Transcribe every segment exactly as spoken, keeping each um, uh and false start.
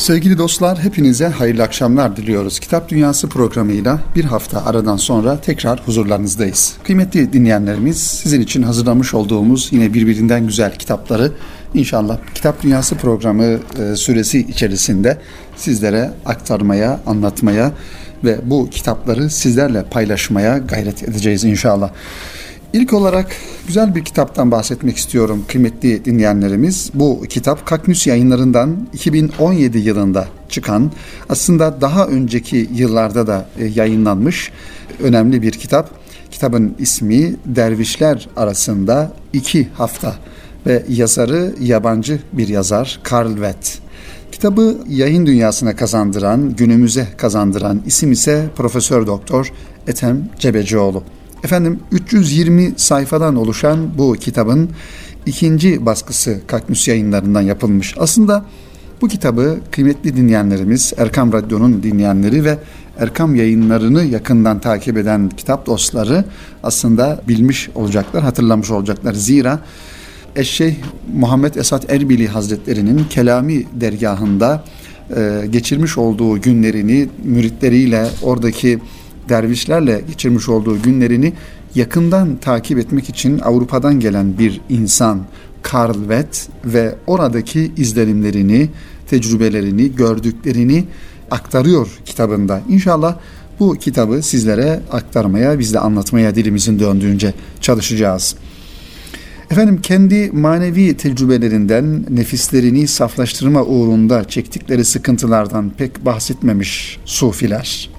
Sevgili dostlar, hepinize hayırlı akşamlar diliyoruz. Kitap Dünyası programıyla bir hafta aradan sonra tekrar huzurlarınızdayız. Kıymetli dinleyenlerimiz, sizin için hazırlamış olduğumuz yine birbirinden güzel kitapları inşallah Kitap Dünyası programı e, süresi içerisinde sizlere aktarmaya, anlatmaya ve bu kitapları sizlerle paylaşmaya gayret edeceğiz inşallah. İlk olarak güzel bir kitaptan bahsetmek istiyorum kıymetli dinleyenlerimiz. Bu kitap Kaknüs Yayınları'ndan iki bin on yedi yılında çıkan, aslında daha önceki yıllarda da yayınlanmış önemli bir kitap. Kitabın ismi Dervişler Arasında İki Hafta ve yazarı yabancı bir yazar Karl Vett. Kitabı yayın dünyasına kazandıran, günümüze kazandıran isim ise Profesör Doktor Ethem Cebecioğlu. Efendim üç yüz yirmi sayfadan oluşan bu kitabın ikinci baskısı Kaknüs Yayınları'ndan yapılmış. Aslında bu kitabı kıymetli dinleyenlerimiz, Erkam Radyo'nun dinleyenleri ve Erkam Yayınları'nı yakından takip eden kitap dostları aslında bilmiş olacaklar, hatırlamış olacaklar. Zira Eşşeyh Muhammed Esat Erbili Hazretleri'nin Kelami dergahında e, geçirmiş olduğu günlerini müritleriyle, oradaki dervişlerle geçirmiş olduğu günlerini yakından takip etmek için Avrupa'dan gelen bir insan Karl Vett ve oradaki izlenimlerini, tecrübelerini, gördüklerini aktarıyor kitabında. İnşallah bu kitabı sizlere aktarmaya, biz de anlatmaya dilimizin döndüğünce çalışacağız. Efendim kendi manevi tecrübelerinden nefislerini saflaştırma uğrunda çektikleri sıkıntılardan pek bahsetmemiş sufiler.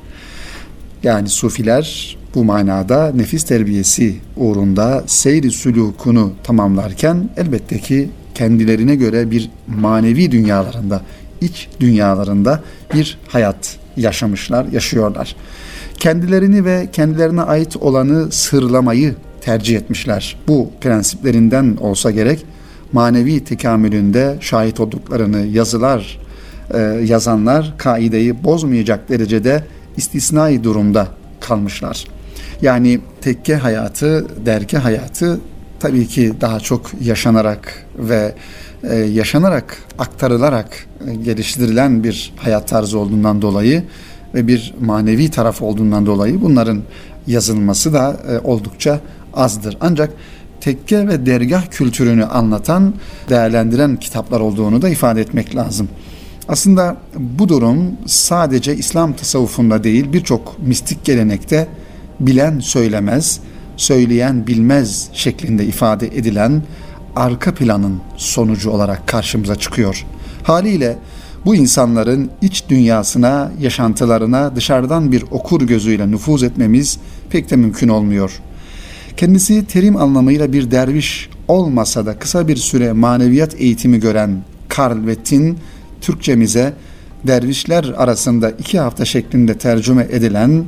Yani sufiler bu manada nefis terbiyesi uğrunda seyri sülûkunu tamamlarken elbette ki kendilerine göre bir manevi dünyalarında, iç dünyalarında bir hayat yaşamışlar, yaşıyorlar. Kendilerini ve kendilerine ait olanı sırlamayı tercih etmişler. Bu prensiplerinden olsa gerek manevi tekamülünde şahit olduklarını yazılar, e, yazanlar kaideyi bozmayacak derecede istisnai durumda kalmışlar. Yani tekke hayatı, derke hayatı tabii ki daha çok yaşanarak ve e, yaşanarak, aktarılarak e, geliştirilen bir hayat tarzı olduğundan dolayı ve bir manevi taraf olduğundan dolayı bunların yazılması da e, oldukça azdır. Ancak tekke ve dergah kültürünü anlatan, değerlendiren kitaplar olduğunu da ifade etmek lazım. Aslında bu durum sadece İslam tasavvufunda değil, birçok mistik gelenekte bilen söylemez, söyleyen bilmez şeklinde ifade edilen arka planın sonucu olarak karşımıza çıkıyor. Haliyle bu insanların iç dünyasına, yaşantılarına dışarıdan bir okur gözüyle nüfuz etmemiz pek de mümkün olmuyor. Kendisi terim anlamıyla bir derviş olmasa da kısa bir süre maneviyat eğitimi gören Karl Vett'in Türkçemize dervişler arasında iki hafta şeklinde tercüme edilen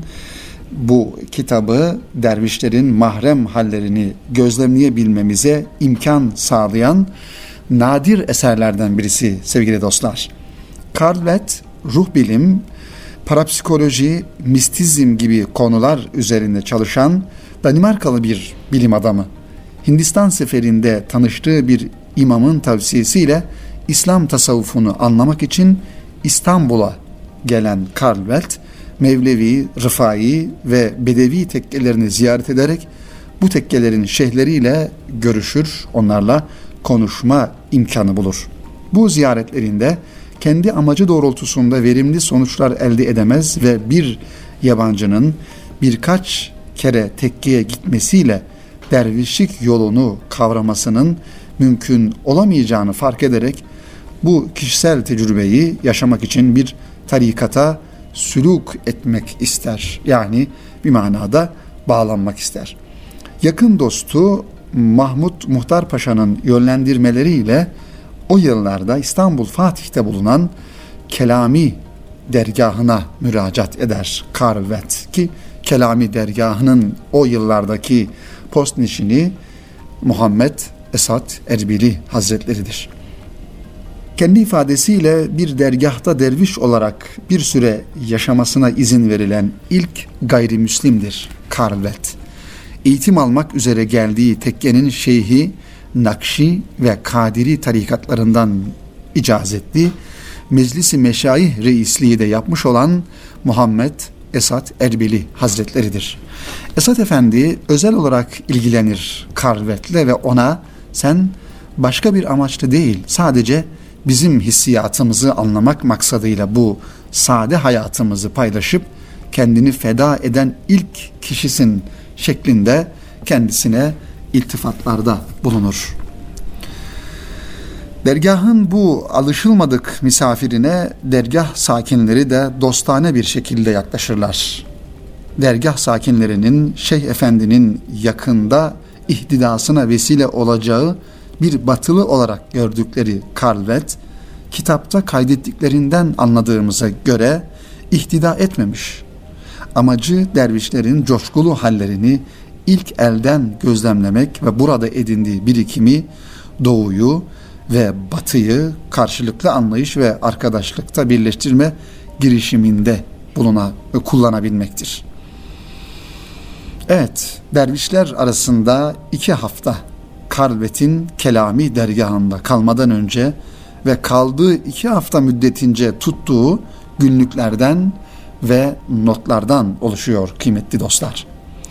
bu kitabı dervişlerin mahrem hallerini gözlemleyebilmemize imkan sağlayan nadir eserlerden birisi sevgili dostlar. Karl Vett, ruh bilim, parapsikoloji, mistizm gibi konular üzerinde çalışan Danimarkalı bir bilim adamı. Hindistan seferinde tanıştığı bir imamın tavsiyesiyle İslam tasavvufunu anlamak için İstanbul'a gelen Karl Vett, Mevlevi, Rıfai ve Bedevi tekkelerini ziyaret ederek bu tekkelerin şeyhleriyle görüşür, onlarla konuşma imkanı bulur. Bu ziyaretlerinde kendi amacı doğrultusunda verimli sonuçlar elde edemez ve bir yabancının birkaç kere tekkeye gitmesiyle dervişlik yolunu kavramasının mümkün olamayacağını fark ederek bu kişisel tecrübeyi yaşamak için bir tarikata sülûk etmek ister. Yani bir manada bağlanmak ister. Yakın dostu Mahmut Muhtar Paşa'nın yönlendirmeleriyle o yıllarda İstanbul Fatih'te bulunan Kelami dergahına müracaat eder Karl Vett ki Kelami dergahının o yıllardaki postnişini Muhammed Esat Erbili Hazretleridir. Kendi ifadesiyle bir dergahta derviş olarak bir süre yaşamasına izin verilen ilk gayrimüslimdir Karl Vett. Eğitim almak üzere geldiği tekkenin şeyhi Nakşi ve Kadiri tarikatlarından icazetli Meclis-i Meşayih reisliği de yapmış olan Muhammed Esat Erbili Hazretleridir. Esat Efendi özel olarak ilgilenir Karlvet'le ve ona sen başka bir amaçlı değil, sadece bizim hissiyatımızı anlamak maksadıyla bu sade hayatımızı paylaşıp kendini feda eden ilk kişisin şeklinde kendisine iltifatlarda bulunur. Dergahın bu alışılmadık misafirine dergah sakinleri de dostane bir şekilde yaklaşırlar. Dergah sakinlerinin Şeyh Efendi'nin yakında ihtidasına vesile olacağı bir batılı olarak gördükleri Karlvet, kitapta kaydettiklerinden anladığımıza göre ihtida etmemiş. Amacı dervişlerin coşkulu hallerini ilk elden gözlemlemek ve burada edindiği birikimi doğuyu ve batıyı karşılıklı anlayış ve arkadaşlıkta birleştirme girişiminde buluna ve kullanabilmektir. Evet, dervişler arasında iki hafta Karlvet'in Kelami dergahında kalmadan önce ve kaldığı iki hafta müddetince tuttuğu günlüklerden ve notlardan oluşuyor kıymetli dostlar.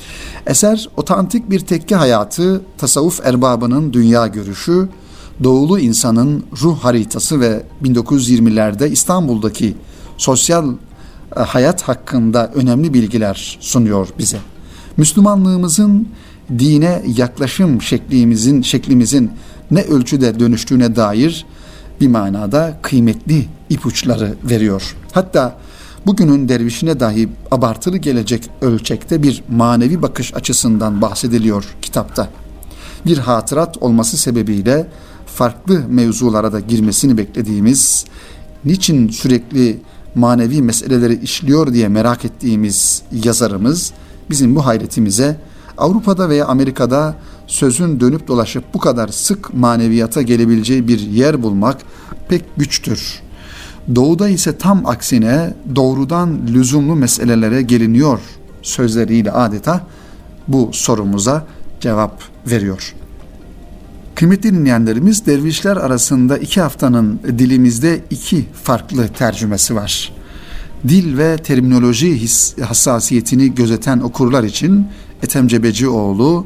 Eser otantik bir tekke hayatı, tasavvuf erbabının dünya görüşü, doğulu insanın ruh haritası ve bin dokuz yüz yirmilerde İstanbul'daki sosyal hayat hakkında önemli bilgiler sunuyor bize. Müslümanlığımızın dine yaklaşım şeklimizin şeklimizin ne ölçüde dönüştüğüne dair bir manada kıymetli ipuçları veriyor. Hatta bugünün dervişine dahi abartılı gelecek ölçekte bir manevi bakış açısından bahsediliyor kitapta. Bir hatırat olması sebebiyle farklı mevzulara da girmesini beklediğimiz, niçin sürekli manevi meseleleri işliyor diye merak ettiğimiz yazarımız bizim bu hayretimize Avrupa'da veya Amerika'da sözün dönüp dolaşıp bu kadar sık maneviyata gelebileceği bir yer bulmak pek güçtür. Doğuda ise tam aksine doğrudan lüzumlu meselelere geliniyor sözleriyle adeta bu sorumuza cevap veriyor. Kıymetli dinleyenlerimiz, dervişler arasında iki haftanın dilimizde iki farklı tercümesi var. Dil ve terminoloji his, hassasiyetini gözeten okurlar için Ethem Cebecioğlu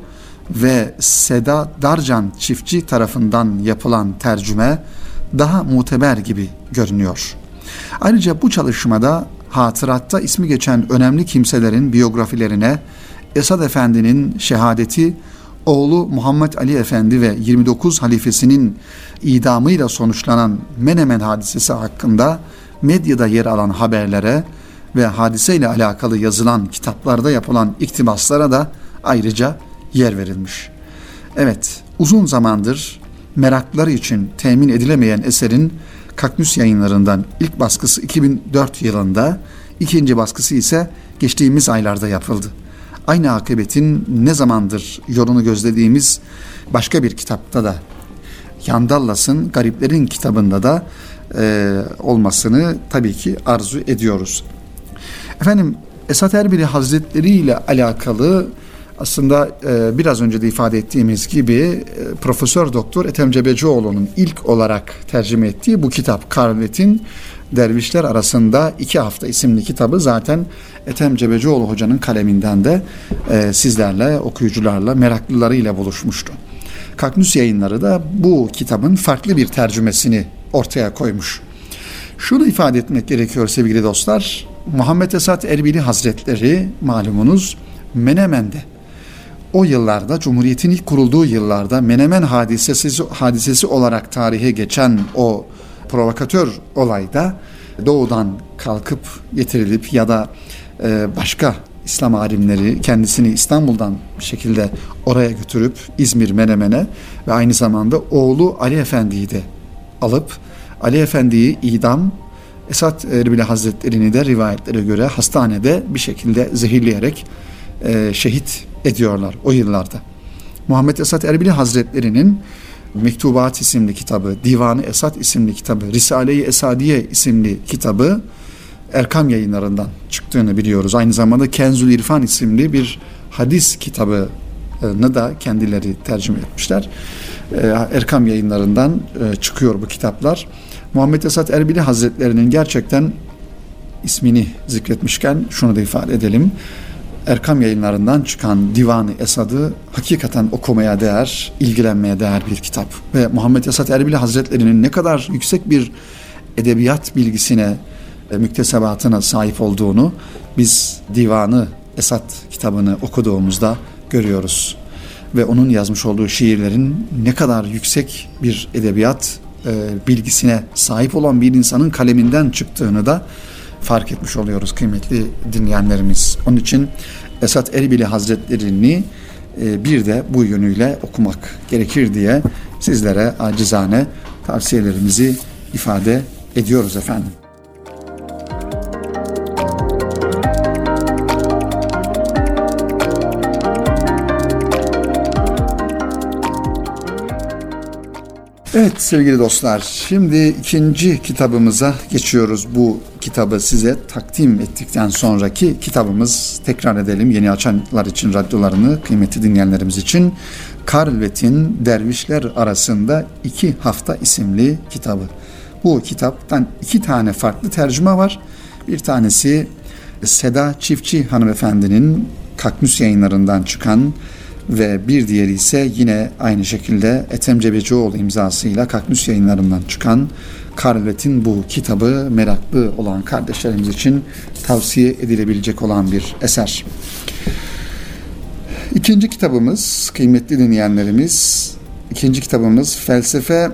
ve Seda Darcan Çiftçi tarafından yapılan tercüme daha muteber gibi görünüyor. Ayrıca bu çalışmada hatıratta ismi geçen önemli kimselerin biyografilerine Esad Efendi'nin şehadeti, oğlu Muhammed Ali Efendi ve yirmi dokuz halifesinin idamıyla sonuçlanan Menemen hadisesi hakkında medyada yer alan haberlere ve hadiseyle alakalı yazılan kitaplarda yapılan iktibaslara da ayrıca yer verilmiş. Evet, uzun zamandır meraklıları için temin edilemeyen eserin Kaknüs Yayınları'ndan ilk baskısı iki bin dört yılında, ikinci baskısı ise geçtiğimiz aylarda yapıldı. Aynı akıbetin ne zamandır yolunu gözlediğimiz başka bir kitapta da, Yandallas'ın Gariplerin kitabında da e, olmasını tabii ki arzu ediyoruz. Efendim, Esat Erbili Hazretleri ile alakalı aslında e, biraz önce de ifade ettiğimiz gibi e, Profesör Doktor Ethem Cebecioğlu'nun ilk olarak tercüme ettiği bu kitap Karlvet'in Dervişler Arasında iki Hafta isimli kitabı zaten Ethem Cebecioğlu hocanın kaleminden de e, sizlerle, okuyucularla, meraklılarıyla buluşmuştu. Kaknüs Yayınları da bu kitabın farklı bir tercümesini ortaya koymuş. Şunu ifade etmek gerekiyor sevgili dostlar. Muhammed Esat Erbili Hazretleri malumunuz Menemen'de, o yıllarda, Cumhuriyet'in ilk kurulduğu yıllarda Menemen hadisesi, hadisesi olarak tarihe geçen o provokatör olayda doğudan kalkıp getirilip ya da başka İslam alimleri kendisini İstanbul'dan bir şekilde oraya götürüp İzmir Menemen'e ve aynı zamanda oğlu Ali Efendi'yi de alıp Ali Efendi'yi idam, Esat Erbili Hazretleri'ni de rivayetlere göre hastanede bir şekilde zehirleyerek e, şehit ediyorlar o yıllarda. Muhammed Esat Erbili Hazretleri'nin Mektubat isimli kitabı, Divan-ı Esat isimli kitabı, Risale-i Esadiye isimli kitabı Erkam Yayınları'ndan çıktığını biliyoruz. Aynı zamanda Kenzül İrfan isimli bir hadis kitabını da kendileri tercüme etmişler. Erkam Yayınları'ndan çıkıyor bu kitaplar. Muhammed Esat Erbili Hazretleri'nin gerçekten ismini zikretmişken şunu da ifade edelim. Erkam Yayınlarından çıkan Divan-ı Esad'ı hakikaten okumaya değer, ilgilenmeye değer bir kitap. Ve Muhammed Esat Erbili Hazretleri'nin ne kadar yüksek bir edebiyat bilgisine, müktesebatına sahip olduğunu biz Divan-ı Esad kitabını okuduğumuzda görüyoruz. Ve onun yazmış olduğu şiirlerin ne kadar yüksek bir edebiyat e, bilgisine sahip olan bir insanın kaleminden çıktığını da fark etmiş oluyoruz kıymetli dinleyenlerimiz. Onun için Esat Erbili Hazretleri'ni e, bir de bu yönüyle okumak gerekir diye sizlere acizane tavsiyelerimizi ifade ediyoruz efendim. Evet sevgili dostlar, şimdi ikinci kitabımıza geçiyoruz. Bu kitabı size takdim ettikten sonraki kitabımız, tekrar edelim yeni açanlar için radyolarını, kıymetli dinleyenlerimiz için, Karlvet'in Dervişler Arasında İki Hafta isimli kitabı. Bu kitaptan iki tane farklı tercüme var. Bir tanesi Seda Çiftçi hanımefendinin Kaknus Yayınlarından çıkan ve bir diğeri ise yine aynı şekilde Ethem Cebecioğlu imzasıyla Kaknus Yayınlarından çıkan Karlvet'in bu kitabı meraklı olan kardeşlerimiz için tavsiye edilebilecek olan bir eser. İkinci kitabımız, kıymetli dinleyenlerimiz, ikinci kitabımız Felsefe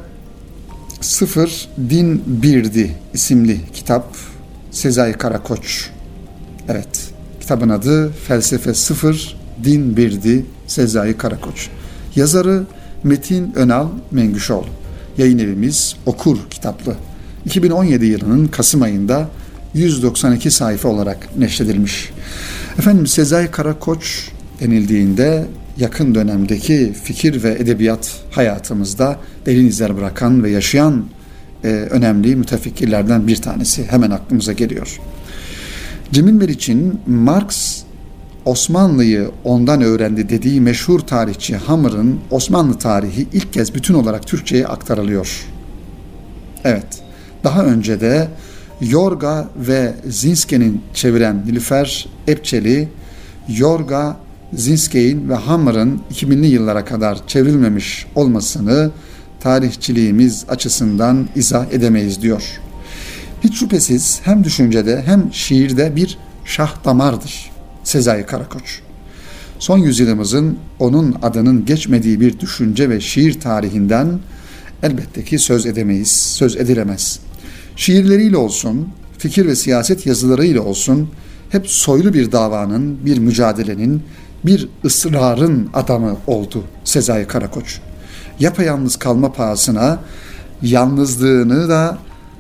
Sıfır Din Birdi isimli kitap. Sezai Karakoç. Evet, kitabın adı Felsefe Sıfır Din Birdi, Sezai Karakoç. Yazarı Metin Önal Mengüşoğlu. Yayın evimiz Okur Kitaplı. iki bin on yedi yılının Kasım ayında yüz doksan iki sayfa olarak neşredilmiş. Efendim Sezai Karakoç denildiğinde yakın dönemdeki fikir ve edebiyat hayatımızda derin izler bırakan ve yaşayan e, önemli mütefekkirlerden bir tanesi hemen aklımıza geliyor. Cemil Meriç'in Marx Osmanlı'yı ondan öğrendi dediği meşhur tarihçi Hammer'ın Osmanlı tarihi ilk kez bütün olarak Türkçe'ye aktarılıyor. Evet, daha önce de Yorga ve Zinske'nin çeviren Nilüfer Epçeli, Yorga, Zinske'in ve Hammer'ın iki binli yıllara kadar çevrilmemiş olmasını tarihçiliğimiz açısından izah edemeyiz diyor. Hiç şüphesiz hem düşüncede hem şiirde bir şah damardır Sezai Karakoç. Son yüzyılımızın onun adının geçmediği bir düşünce ve şiir tarihinden elbette ki söz edemeyiz, söz edilemez. Şiirleriyle olsun, fikir ve siyaset yazılarıyla olsun, hep soylu bir davanın, bir mücadelenin, bir ısrarın adamı oldu Sezai Karakoç. Yapayalnız kalma pahasına yalnızlığını da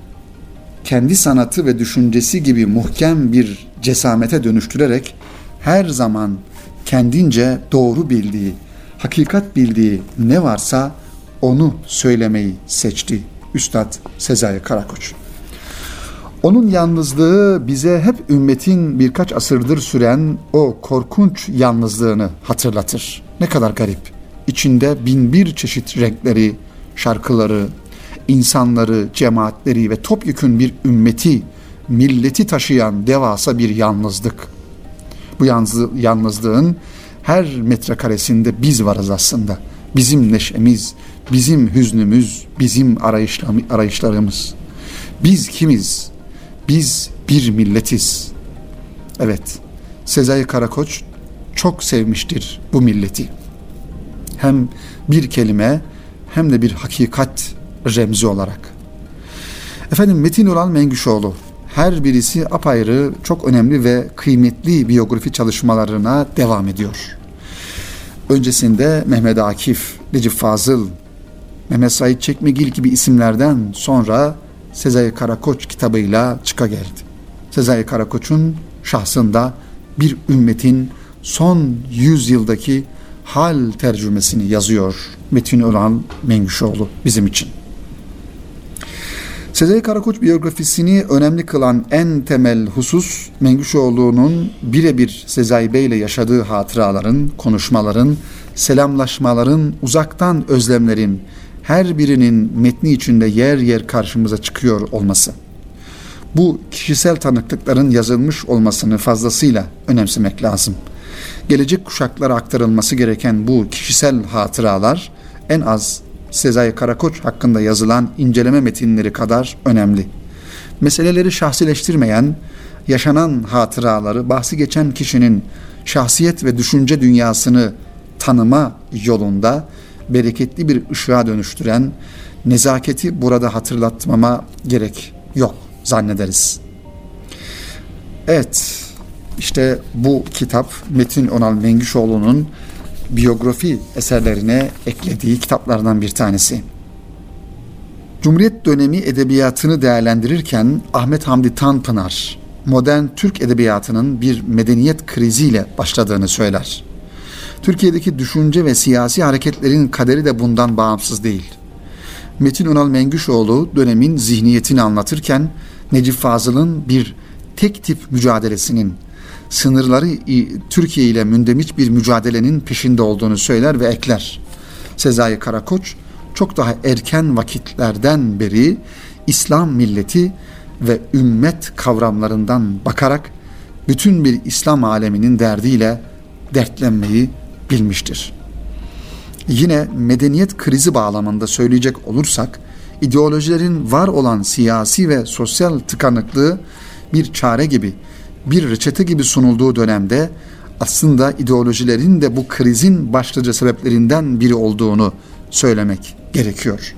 kendi sanatı ve düşüncesi gibi muhkem bir cesamete dönüştürerek her zaman kendince doğru bildiği, hakikat bildiği ne varsa onu söylemeyi seçti Üstad Sezai Karakoç. Onun yalnızlığı bize hep ümmetin birkaç asırdır süren o korkunç yalnızlığını hatırlatır. Ne kadar garip. İçinde bin bir çeşit renkleri, şarkıları, insanları, cemaatleri ve topyekün bir ümmeti, milleti taşıyan devasa bir yalnızlık. Bu yalnızlığın her metrekaresinde biz varız aslında. Bizim neşemiz, bizim hüznümüz, bizim arayışlarımız. Biz kimiz? Biz bir milletiz. Evet, Sezai Karakoç çok sevmiştir bu milleti. Hem bir kelime hem de bir hakikat remzi olarak. Efendim Metin Önal Mengüşoğlu, her birisi apayrı çok önemli ve kıymetli biyografi çalışmalarına devam ediyor. Öncesinde Mehmet Akif, Necip Fazıl, Mehmet Said Çekmegil gibi isimlerden sonra Sezai Karakoç kitabıyla çıka geldi. Sezai Karakoç'un şahsında bir ümmetin son yüzyıldaki hal tercümesini yazıyor Metin Önal Mengüşoğlu bizim için. Sezai Karakoç biyografisini önemli kılan en temel husus Mengüşoğlu'nun birebir Sezai Bey ile yaşadığı hatıraların, konuşmaların, selamlaşmaların, uzaktan özlemlerin her birinin metni içinde yer yer karşımıza çıkıyor olması. Bu kişisel tanıklıkların yazılmış olmasını fazlasıyla önemsemek lazım. Gelecek kuşaklara aktarılması gereken bu kişisel hatıralar en az Sezai Karakoç hakkında yazılan inceleme metinleri kadar önemli. Meseleleri şahsileştirmeyen, yaşanan hatıraları bahsi geçen kişinin şahsiyet ve düşünce dünyasını tanıma yolunda bereketli bir ışığa dönüştüren nezaketi burada hatırlatmama gerek yok zannederiz. Evet, işte bu kitap Metin Önal Mengüşoğlu'nun biyografi eserlerine eklediği kitaplardan bir tanesi. Cumhuriyet dönemi edebiyatını değerlendirirken Ahmet Hamdi Tanpınar, modern Türk edebiyatının bir medeniyet kriziyle başladığını söyler. Türkiye'deki düşünce ve siyasi hareketlerin kaderi de bundan bağımsız değil. Metin Önal Mengüşoğlu dönemin zihniyetini anlatırken Necip Fazıl'ın bir tek tip mücadelesinin, sınırları Türkiye ile mündemiş bir mücadelenin peşinde olduğunu söyler ve ekler. Sezai Karakoç çok daha erken vakitlerden beri İslam milleti ve ümmet kavramlarından bakarak bütün bir İslam aleminin derdiyle dertlenmeyi bilmiştir. Yine medeniyet krizi bağlamında söyleyecek olursak, ideolojilerin var olan siyasi ve sosyal tıkanıklığı bir çare gibi, bir reçete gibi sunulduğu dönemde aslında ideolojilerin de bu krizin başlıca sebeplerinden biri olduğunu söylemek gerekiyor.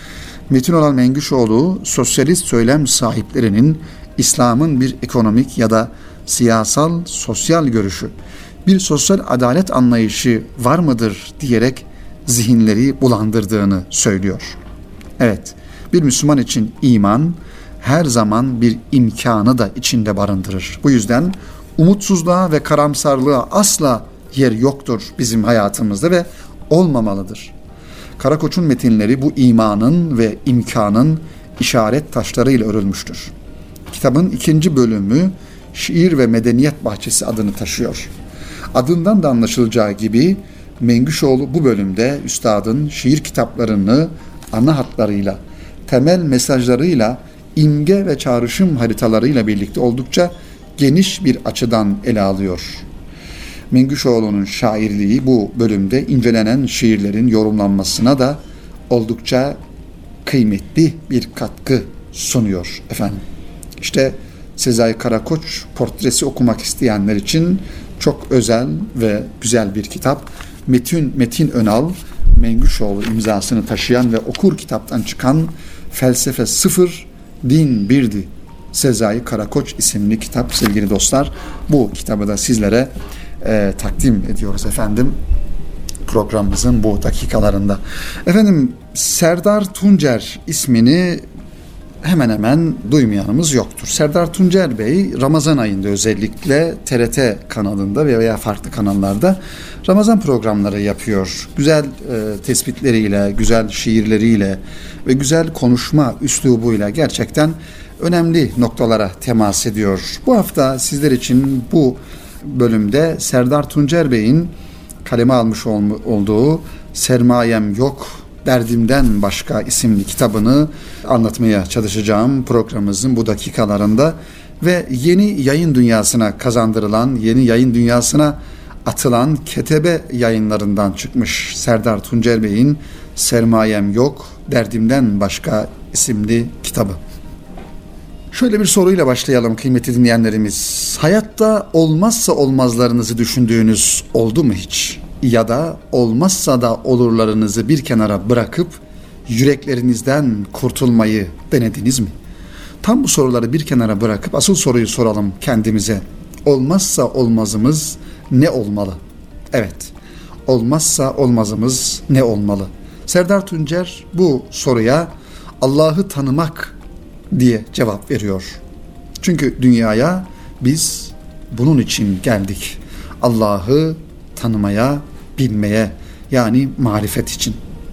Metin Önal Mengüşoğlu, sosyalist söylem sahiplerinin İslam'ın bir ekonomik ya da siyasal, sosyal görüşü, bir sosyal adalet anlayışı var mıdır diyerek zihinleri bulandırdığını söylüyor. Evet, bir Müslüman için iman her zaman bir imkanı da içinde barındırır. Bu yüzden umutsuzluğa ve karamsarlığa asla yer yoktur bizim hayatımızda ve olmamalıdır. Karakoç'un metinleri bu imanın ve imkanın işaret taşlarıyla örülmüştür. Kitabın ikinci bölümü Şiir ve Medeniyet Bahçesi adını taşıyor. Adından da anlaşılacağı gibi Mengüşoğlu bu bölümde üstadın şiir kitaplarını ana hatlarıyla, temel mesajlarıyla, imge ve çağrışım haritalarıyla birlikte oldukça geniş bir açıdan ele alıyor. Mengüşoğlu'nun şairliği bu bölümde incelenen şiirlerin yorumlanmasına da oldukça kıymetli bir katkı sunuyor efendim. İşte Sezai Karakoç portresi okumak isteyenler için çok özel ve güzel bir kitap. Metin, Metin Önal Mengüşoğlu imzasını taşıyan ve okur kitaptan çıkan Felsefe Sıfır, Din Birdi Sezai Karakoç isimli kitap sevgili dostlar. Bu kitabı da sizlere e, takdim ediyoruz efendim programımızın bu dakikalarında. Efendim Serdar Tuncer ismini hemen hemen duymayanımız yoktur. Serdar Tuncer Bey Ramazan ayında özellikle T R T kanalında veya farklı kanallarda Ramazan programları yapıyor. Güzel e, tespitleriyle, güzel şiirleriyle ve güzel konuşma üslubuyla gerçekten önemli noktalara temas ediyor. Bu hafta sizler için bu bölümde Serdar Tuncer Bey'in kaleme almış ol, olduğu Sermayem Yok, Derdimden Başka isimli kitabını anlatmaya çalışacağım programımızın bu dakikalarında ve yeni yayın dünyasına kazandırılan, yeni yayın dünyasına atılan Ketebe yayınlarından çıkmış Serdar Tuncer Bey'in Sermayem Yok, Derdimden Başka isimli kitabı. Şöyle bir soruyla başlayalım kıymetli dinleyenlerimiz. Hayatta olmazsa olmazlarınızı düşündüğünüz oldu mu hiç? Ya da olmazsa da olurlarınızı bir kenara bırakıp yüreklerinizden kurtulmayı denediniz mi? Tam bu soruları bir kenara bırakıp asıl soruyu soralım kendimize. Olmazsa olmazımız ne olmalı? Evet, olmazsa olmazımız ne olmalı? Serdar Tuncer bu soruya Allah'ı tanımak diye cevap veriyor. Çünkü dünyaya biz bunun için geldik. Allah'ı tanımaya, bilmeye, yani marifet için.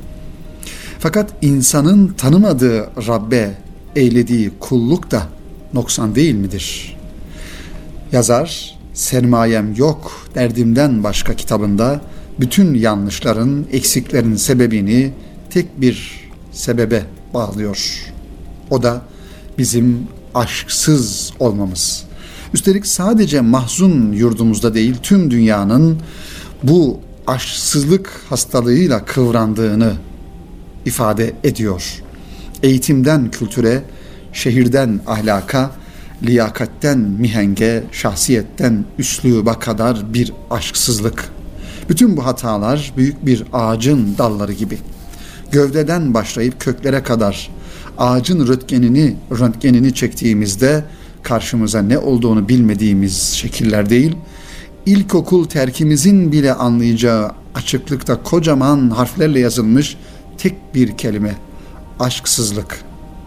Fakat insanın tanımadığı Rabbe eylediği kulluk da noksan değil midir? Yazar, Sermayem Yok, Derdimden Başka kitabında bütün yanlışların, eksiklerin sebebini tek bir sebebe bağlıyor. O da bizim aşksız olmamız. Üstelik sadece mahzun yurdumuzda değil, tüm dünyanın bu aşksızlık hastalığıyla kıvrandığını ifade ediyor. Eğitimden kültüre, şehirden ahlaka, liyakatten mihenge, şahsiyetten üsluba kadar bir aşksızlık. Bütün bu hatalar büyük bir ağacın dalları gibi. Gövdeden başlayıp köklere kadar ağacın röntgenini, röntgenini çektiğimizde karşımıza ne olduğunu bilmediğimiz şekiller değil, ilkokul terkimizin bile anlayacağı açıklıkta kocaman harflerle yazılmış tek bir kelime: aşksızlık.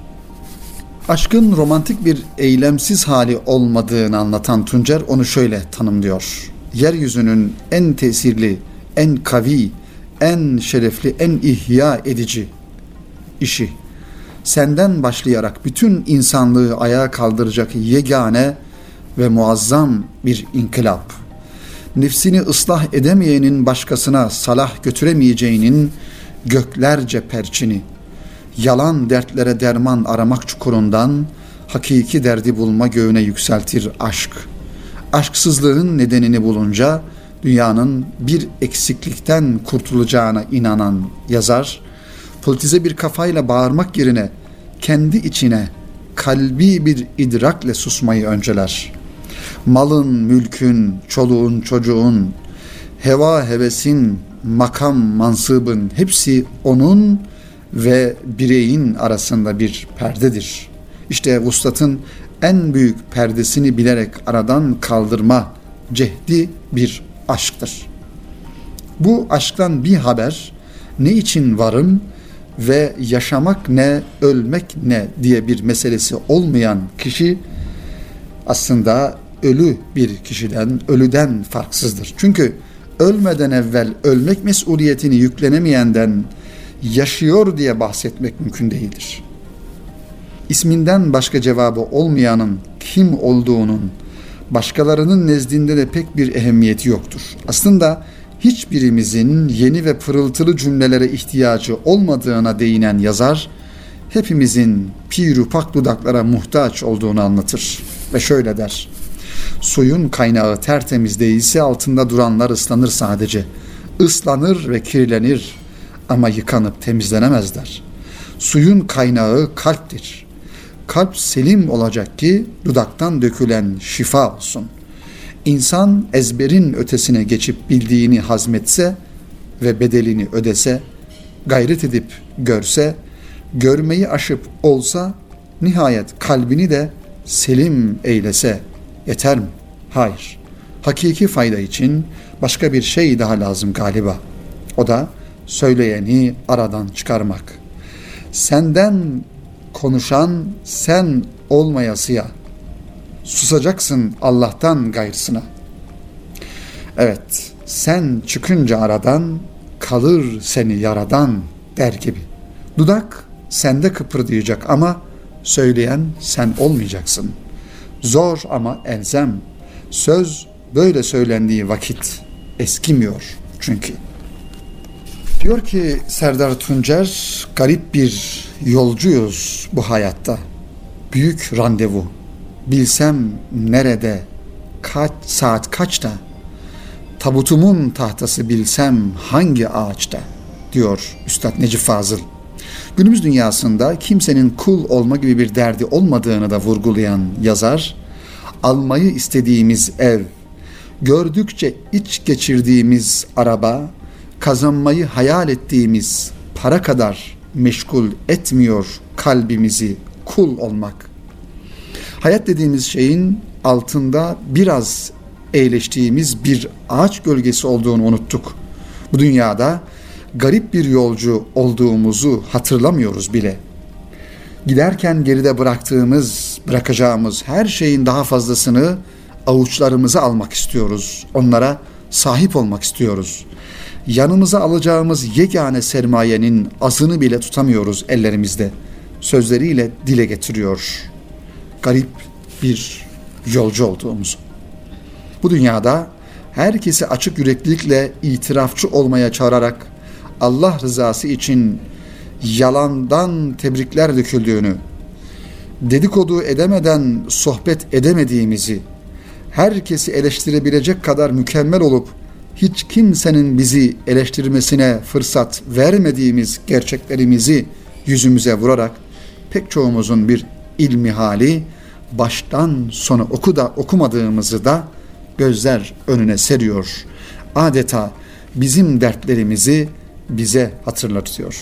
Aşkın romantik bir eylemsiz hali olmadığını anlatan Tuncer onu şöyle tanımlıyor: yeryüzünün en tesirli, en kavi, en şerefli, en ihya edici işi, senden başlayarak bütün insanlığı ayağa kaldıracak yegane ve muazzam bir inkılap. Nefsini ıslah edemeyenin başkasına salah götüremeyeceğinin göklerce perçini, yalan dertlere derman aramak çukurundan hakiki derdi bulma göğüne yükseltir aşk. Aşksızlığın nedenini bulunca dünyanın bir eksiklikten kurtulacağına inanan yazar, politize bir kafayla bağırmak yerine kendi içine kalbi bir idrakle susmayı önceler. Malın, mülkün, çoluğun, çocuğun, heva hevesin, makam, mansıbın hepsi onun ve bireyin arasında bir perdedir. İşte vuslatın en büyük perdesini bilerek aradan kaldırma cehdi bir aşktır. Bu aşktan bir haber, ne için varım ve yaşamak ne, ölmek ne diye bir meselesi olmayan kişi aslında ölü bir kişiden, ölüden farksızdır. Çünkü ölmeden evvel ölmek mesuliyetini yüklenemeyenden yaşıyor diye bahsetmek mümkün değildir. İsminden başka cevabı olmayanın kim olduğunun başkalarının nezdinde de pek bir ehemmiyeti yoktur. Aslında hiçbirimizin yeni ve pırıltılı cümlelere ihtiyacı olmadığına değinen yazar, hepimizin pirupak dudaklara muhtaç olduğunu anlatır ve şöyle der: suyun kaynağı tertemiz değilse altında duranlar ıslanır sadece. Islanır ve kirlenir ama yıkanıp temizlenemezler. Suyun kaynağı kalptir. Kalp selim olacak ki dudaktan dökülen şifa olsun. İnsan ezberin ötesine geçip bildiğini hazmetse ve bedelini ödese, gayret edip görse, görmeyi aşıp olsa, nihayet kalbini de selim eylese yeter mi? Hayır. Hakiki fayda için başka bir şey daha lazım galiba. O da söyleyeni aradan çıkarmak. Senden konuşan sen olmayasıya, susacaksın Allah'tan gayrısına. Evet, sen çıkınca aradan kalır seni yaradan der gibi. Dudak sende kıpırdayacak ama söyleyen sen olmayacaksın. Zor ama elzem. Söz böyle söylendiği vakit eskimiyor çünkü. Diyor ki Serdar Tuncer, garip bir yolcuyuz bu hayatta. Büyük randevu. Bilsem nerede, kaç saat kaçta, tabutumun tahtası bilsem hangi ağaçta, diyor Üstad Necip Fazıl. Günümüz dünyasında kimsenin kul olma gibi bir derdi olmadığını da vurgulayan yazar, almayı istediğimiz ev, gördükçe iç geçirdiğimiz araba, kazanmayı hayal ettiğimiz para kadar meşgul etmiyor kalbimizi kul olmak. Hayat dediğimiz şeyin altında biraz eğleştiğimiz bir ağaç gölgesi olduğunu unuttuk. Bu dünyada garip bir yolcu olduğumuzu hatırlamıyoruz bile. Giderken geride bıraktığımız, bırakacağımız her şeyin daha fazlasını avuçlarımıza almak istiyoruz. Onlara sahip olmak istiyoruz. Yanımıza alacağımız yegane sermayenin azını bile tutamıyoruz ellerimizde. Sözleriyle dile getiriyor garip bir yolcu olduğumuzu. Bu dünyada herkesi açık yüreklilikle itirafçı olmaya çağırarak Allah rızası için yalandan tebrikler döküldüğünü, dedikodu edemeden sohbet edemediğimizi, herkesi eleştirebilecek kadar mükemmel olup hiç kimsenin bizi eleştirmesine fırsat vermediğimiz gerçeklerimizi yüzümüze vurarak pek çoğumuzun bir ilmihali baştan sona oku da okumadığımızı da gözler önüne seriyor. Adeta bizim dertlerimizi bize hatırlatıyor.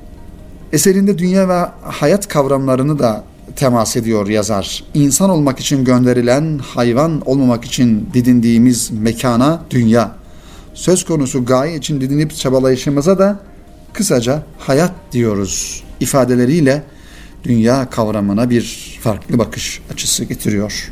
Eserinde dünya ve hayat kavramlarını da temas ediyor yazar. İnsan olmak için gönderilen, hayvan olmamak için didindiğimiz mekana dünya, söz konusu gaye için didinip çabalayışımıza da kısaca hayat diyoruz ifadeleriyle dünya kavramına bir farklı bakış açısı getiriyor.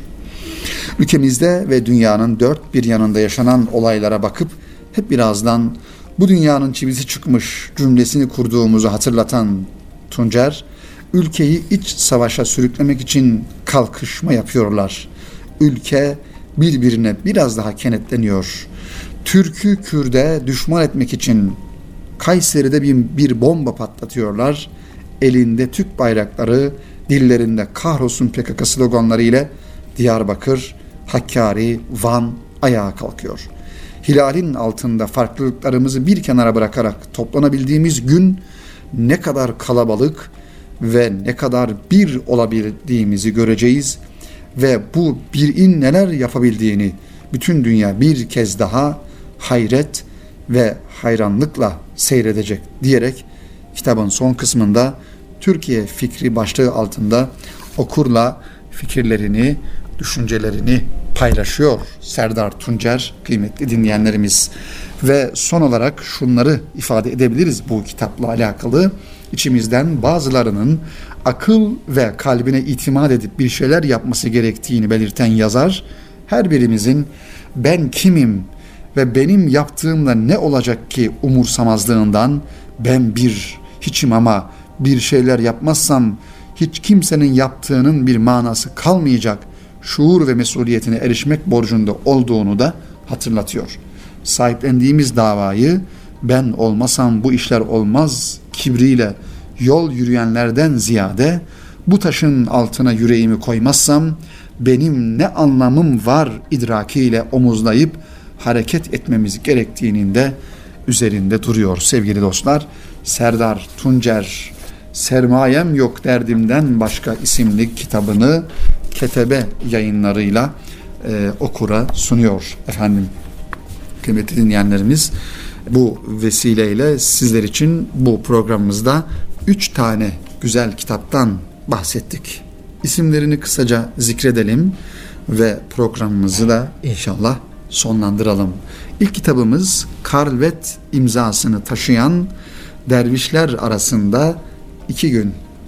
Ülkemizde ve dünyanın dört bir yanında yaşanan olaylara bakıp hep birazdan bu dünyanın çivisi çıkmış cümlesini kurduğumuzu hatırlatan Tuncer, ülkeyi iç savaşa sürüklemek için kalkışma yapıyorlar. Ülke birbirine biraz daha kenetleniyor. Türk'ü Kürt'e düşman etmek için Kayseri'de bir, bir bomba patlatıyorlar. Elinde Türk bayrakları, dillerinde kahrolsun P K K sloganları ile Diyarbakır, Hakkari, Van ayağa kalkıyor. Hilalin altında farklılıklarımızı bir kenara bırakarak toplanabildiğimiz gün ne kadar kalabalık ve ne kadar bir olabildiğimizi göreceğiz ve bu birin neler yapabildiğini bütün dünya bir kez daha hayret ve hayranlıkla seyredecek diyerek kitabın son kısmında Türkiye fikri başlığı altında okurla fikirlerini, düşüncelerini paylaşıyor Serdar Tuncer kıymetli dinleyenlerimiz. Ve son olarak şunları ifade edebiliriz bu kitapla alakalı. İçimizden bazılarının akıl ve kalbine itimat edip bir şeyler yapması gerektiğini belirten yazar, her birimizin ben kimim ve benim yaptığımla ne olacak ki umursamazlığından ben bir hiçim ama bir şeyler yapmazsam hiç kimsenin yaptığının bir manası kalmayacak şuur ve mesuliyetine erişmek borcunda olduğunu da hatırlatıyor. Sahiplendiğimiz davayı ben olmasam bu işler olmaz kibriyle yol yürüyenlerden ziyade bu taşın altına yüreğimi koymazsam benim ne anlamım var idrakiyle omuzlayıp hareket etmemiz gerektiğinin de üzerinde duruyor sevgili dostlar. Serdar Tuncer Sermayem Yok Derdimden Başka isimli kitabını Ketebe yayınlarıyla e, okura sunuyor efendim. Kıymetli dinleyenlerimiz, bu vesileyle sizler için bu programımızda üç tane güzel kitaptan bahsettik. İsimlerini kısaca zikredelim ve programımızı da inşallah sonlandıralım. İlk kitabımız Karlvet imzasını taşıyan Dervişler Arasında iki Gün,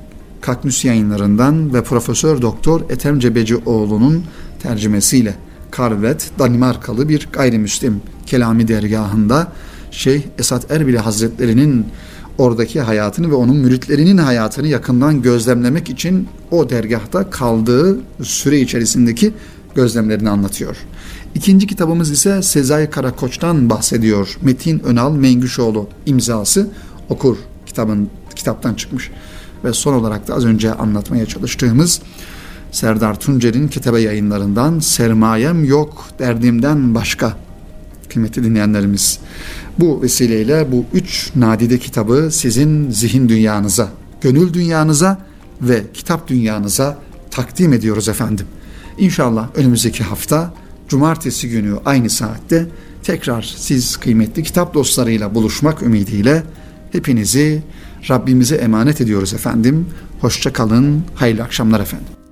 Kaknüs Yayınlarından ve Profesör Doktor Ethem Cebecioğlu'nun tercümesiyle. Karlvet, Danimarkalı bir gayrimüslim Kelami dergahında Şeyh Esat Erbil Hazretleri'nin oradaki hayatını ve onun müritlerinin hayatını yakından gözlemlemek için o dergahta kaldığı süre içerisindeki gözlemlerini anlatıyor. İkinci kitabımız ise Sezai Karakoç'tan bahsediyor. Metin Önal Mengüşoğlu imzası okur kitabın kitaptan çıkmış. Ve son olarak da az önce anlatmaya çalıştığımız Serdar Tuncer'in Ketebe yayınlarından Sermayem Yok Derdimden Başka. Kıymetli dinleyenlerimiz, bu vesileyle bu üç nadide kitabı sizin zihin dünyanıza, gönül dünyanıza ve kitap dünyanıza takdim ediyoruz efendim. İnşallah önümüzdeki hafta Cumartesi günü aynı saatte tekrar siz kıymetli kitap dostlarıyla buluşmak ümidiyle hepinizi Rabbimize emanet ediyoruz efendim. Hoşça kalın, hayırlı akşamlar efendim.